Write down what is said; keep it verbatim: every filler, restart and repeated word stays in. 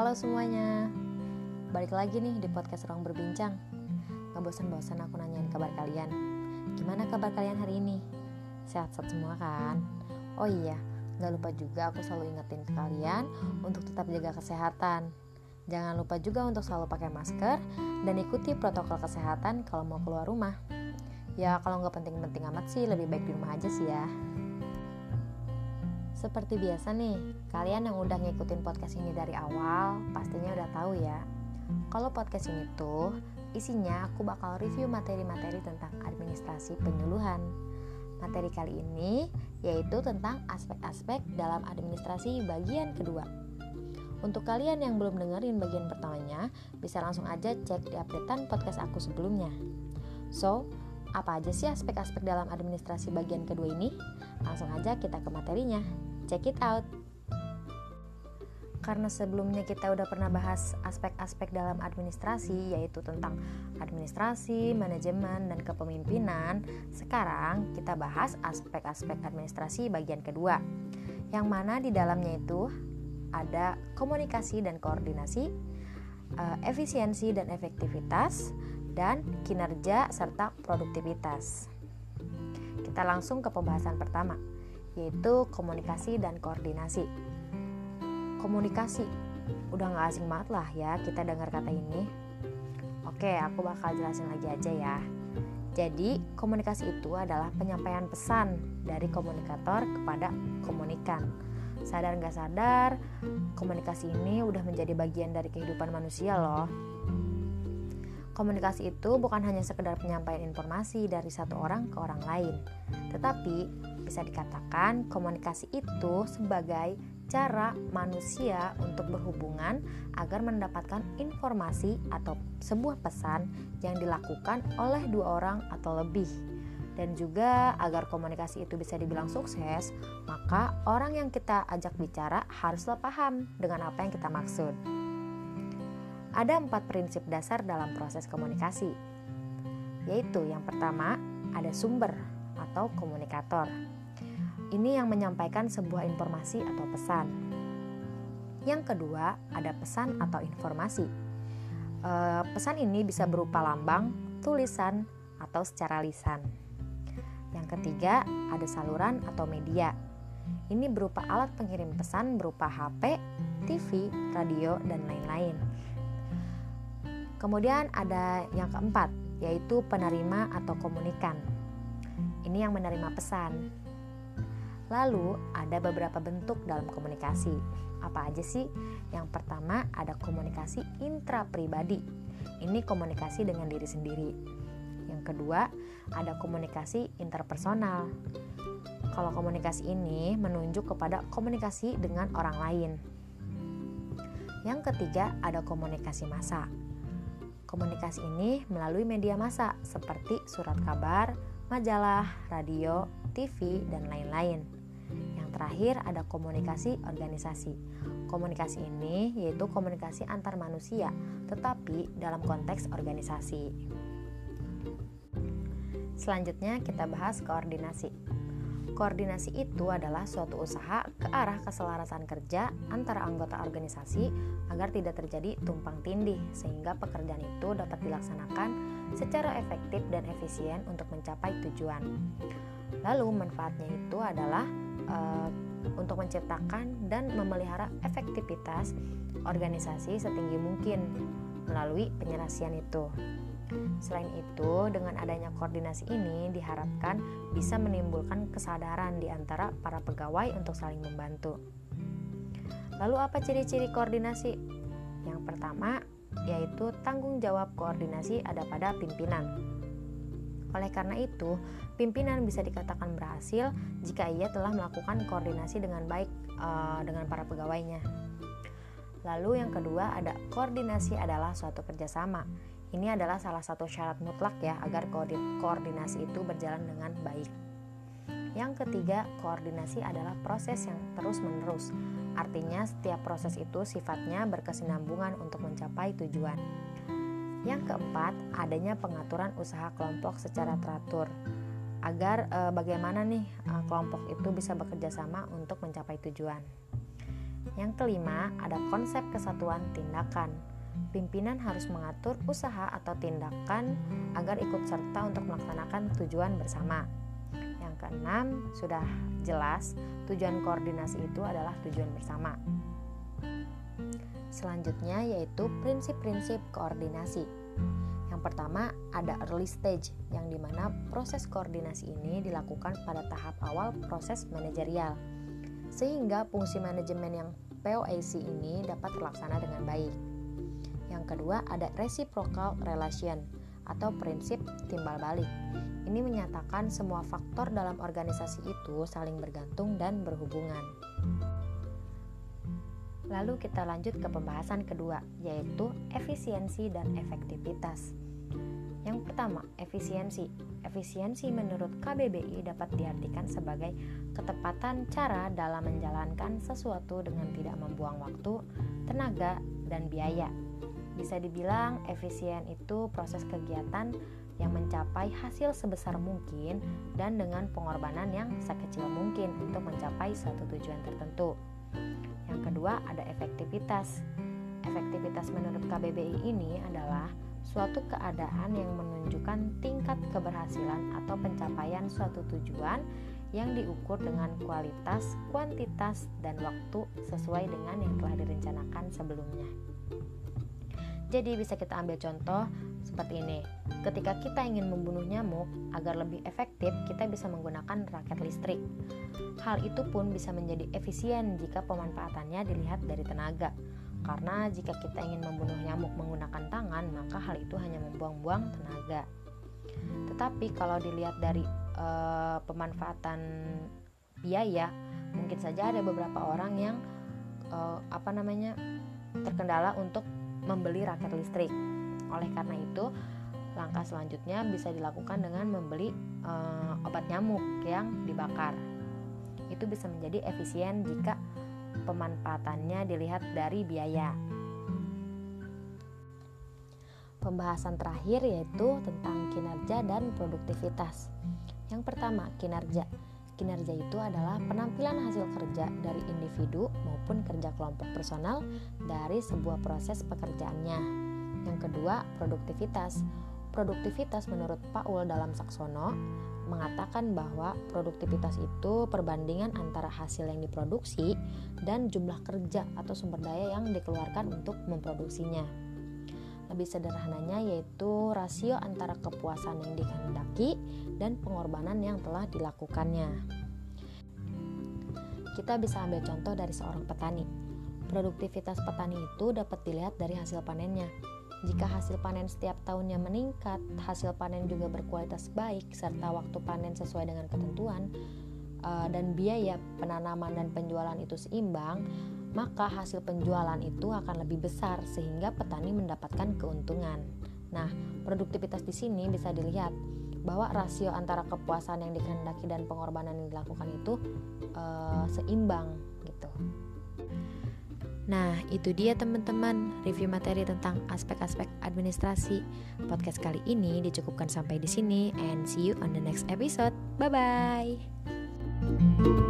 Halo semuanya, balik lagi nih di podcast Ruang Berbincang. Gak bosan-bosan aku nanyain kabar kalian. Gimana kabar kalian hari ini? Sehat-sehat semua kan? Oh iya, gak lupa juga aku selalu ingetin ke kalian untuk tetap jaga kesehatan. Jangan lupa juga untuk selalu pakai masker dan ikuti protokol kesehatan kalau mau keluar rumah. Ya kalau gak penting-penting amat sih, lebih baik di rumah aja sih ya. Seperti biasa nih, kalian yang udah ngikutin podcast ini dari awal pastinya udah tahu ya. Kalau podcast ini tuh isinya aku bakal review materi-materi tentang administrasi penyuluhan. Materi kali ini yaitu tentang aspek-aspek dalam administrasi bagian kedua. Untuk kalian yang belum dengerin bagian pertamanya, bisa langsung aja cek di updatean podcast aku sebelumnya. So, apa aja sih aspek-aspek dalam administrasi bagian kedua ini? Langsung aja kita ke materinya. Check it out. Karena sebelumnya kita udah pernah bahas aspek-aspek dalam administrasi, yaitu tentang administrasi, manajemen, dan kepemimpinan. Sekarang kita bahas aspek-aspek administrasi bagian kedua, yang mana di dalamnya itu ada komunikasi dan koordinasi, efisiensi dan efektivitas, dan kinerja serta produktivitas. Kita langsung ke pembahasan pertama, yaitu komunikasi dan koordinasi. Komunikasi, udah gak asing banget lah ya kita dengar kata ini. Oke, aku bakal jelasin lagi aja ya. Jadi, komunikasi itu adalah penyampaian pesan dari komunikator kepada komunikan. Sadar gak sadar, komunikasi ini udah menjadi bagian dari kehidupan manusia loh. Komunikasi itu bukan hanya sekedar penyampaian informasi dari satu orang ke orang lain, tetapi bisa dikatakan komunikasi itu sebagai cara manusia untuk berhubungan agar mendapatkan informasi atau sebuah pesan yang dilakukan oleh dua orang atau lebih. Dan juga agar komunikasi itu bisa dibilang sukses, maka orang yang kita ajak bicara haruslah paham dengan apa yang kita maksud. Ada empat prinsip dasar dalam proses komunikasi, yaitu yang pertama ada sumber atau komunikator. Ini yang menyampaikan sebuah informasi atau pesan. Yang kedua ada pesan atau informasi. E, pesan ini bisa berupa lambang, tulisan, atau secara lisan. Yang ketiga ada saluran atau media. Ini berupa alat pengirim pesan berupa H P, T V, radio, dan lain-lain. Kemudian ada yang keempat, yaitu penerima atau komunikan. Ini yang menerima pesan. Lalu ada beberapa bentuk dalam komunikasi. Apa aja sih? Yang pertama ada komunikasi intrapribadi. Ini komunikasi dengan diri sendiri. Yang kedua ada komunikasi interpersonal. Kalau komunikasi ini menunjuk kepada komunikasi dengan orang lain. Yang ketiga ada komunikasi massa. Komunikasi ini melalui media massa seperti surat kabar, majalah, radio, T V, dan lain-lain. Yang terakhir ada komunikasi organisasi. Komunikasi ini yaitu komunikasi antar manusia, tetapi dalam konteks organisasi. Selanjutnya kita bahas koordinasi. Koordinasi itu adalah suatu usaha ke arah keselarasan kerja antara anggota organisasi agar tidak terjadi tumpang tindih sehingga pekerjaan itu dapat dilaksanakan secara efektif dan efisien untuk mencapai tujuan. Lalu manfaatnya itu adalah e, untuk menciptakan dan memelihara efektivitas organisasi setinggi mungkin melalui penyelesaian itu. Selain itu, dengan adanya koordinasi ini diharapkan bisa menimbulkan kesadaran di antara para pegawai untuk saling membantu. Lalu apa ciri-ciri koordinasi? Yang pertama, yaitu tanggung jawab koordinasi ada pada pimpinan. Oleh karena itu, pimpinan bisa dikatakan berhasil jika ia telah melakukan koordinasi dengan baik uh, dengan para pegawainya. Lalu yang kedua ada koordinasi adalah suatu kerjasama. Ini adalah salah satu syarat mutlak ya agar koordinasi itu berjalan dengan baik. Yang ketiga, koordinasi adalah proses yang terus-menerus. Artinya setiap proses itu sifatnya berkesinambungan untuk mencapai tujuan. Yang keempat, adanya pengaturan usaha kelompok secara teratur. Agar e, bagaimana nih e, kelompok itu bisa bekerja sama untuk mencapai tujuan. Yang kelima, ada konsep kesatuan tindakan. Pimpinan harus mengatur usaha atau tindakan agar ikut serta untuk melaksanakan tujuan bersama. Yang keenam, sudah jelas tujuan koordinasi itu adalah tujuan bersama. Selanjutnya yaitu prinsip-prinsip koordinasi. Yang pertama ada early stage, yang dimana proses koordinasi ini dilakukan pada tahap awal proses manajerial, sehingga fungsi manajemen yang P O A C ini dapat terlaksana dengan baik. Yang kedua ada reciprocal relation atau prinsip timbal balik. Ini menyatakan semua faktor dalam organisasi itu saling bergantung dan berhubungan. Lalu kita lanjut ke pembahasan kedua, yaitu efisiensi dan efektivitas. Yang pertama, efisiensi. Efisiensi menurut K B B I dapat diartikan sebagai ketepatan cara dalam menjalankan sesuatu dengan tidak membuang waktu, tenaga, dan biaya. Bisa dibilang efisien itu proses kegiatan yang mencapai hasil sebesar mungkin dan dengan pengorbanan yang sekecil mungkin untuk mencapai suatu tujuan tertentu. Yang kedua ada efektivitas. Efektivitas menurut K B B I ini adalah suatu keadaan yang menunjukkan tingkat keberhasilan atau pencapaian suatu tujuan yang diukur dengan kualitas, kuantitas, dan waktu sesuai dengan yang telah direncanakan sebelumnya. Jadi bisa kita ambil contoh seperti ini. Ketika kita ingin membunuh nyamuk, agar lebih efektif kita bisa menggunakan raket listrik. Hal itu pun bisa menjadi efisien jika pemanfaatannya dilihat dari tenaga. Karena jika kita ingin membunuh nyamuk menggunakan tangan, maka hal itu hanya membuang-buang tenaga. Tetapi kalau dilihat dari e, pemanfaatan biaya, mungkin saja ada beberapa orang yang e, apa namanya terkendala untuk membeli raket listrik. Oleh karena itu, langkah selanjutnya bisa dilakukan dengan membeli e, obat nyamuk yang dibakar. Itu bisa menjadi efisien jika pemanfaatannya dilihat dari biaya. Pembahasan terakhir yaitu tentang kinerja dan produktivitas. Yang pertama, kinerja. Kinerja itu adalah penampilan hasil kerja dari individu maupun kerja kelompok personal dari sebuah proses pekerjaannya. Yang kedua, produktivitas. Produktivitas menurut Paul dalam Saksono mengatakan bahwa produktivitas itu perbandingan antara hasil yang diproduksi dan jumlah kerja atau sumber daya yang dikeluarkan untuk memproduksinya. Lebih sederhananya yaitu rasio antara kepuasan yang dikehendaki dan pengorbanan yang telah dilakukannya. Kita bisa ambil contoh dari seorang petani. Produktivitas petani itu dapat dilihat dari hasil panennya. Jika hasil panen setiap tahunnya meningkat, hasil panen juga berkualitas baik, serta waktu panen sesuai dengan ketentuan, dan biaya penanaman dan penjualan itu seimbang, maka hasil penjualan itu akan lebih besar sehingga petani mendapatkan keuntungan. Nah, produktivitas di sini bisa dilihat bahwa rasio antara kepuasan yang dikehendaki dan pengorbanan yang dilakukan itu uh, seimbang gitu. Nah, itu dia teman-teman review materi tentang aspek-aspek administrasi. Podcast kali ini dicukupkan sampai di sini and see you on the next episode. Bye bye.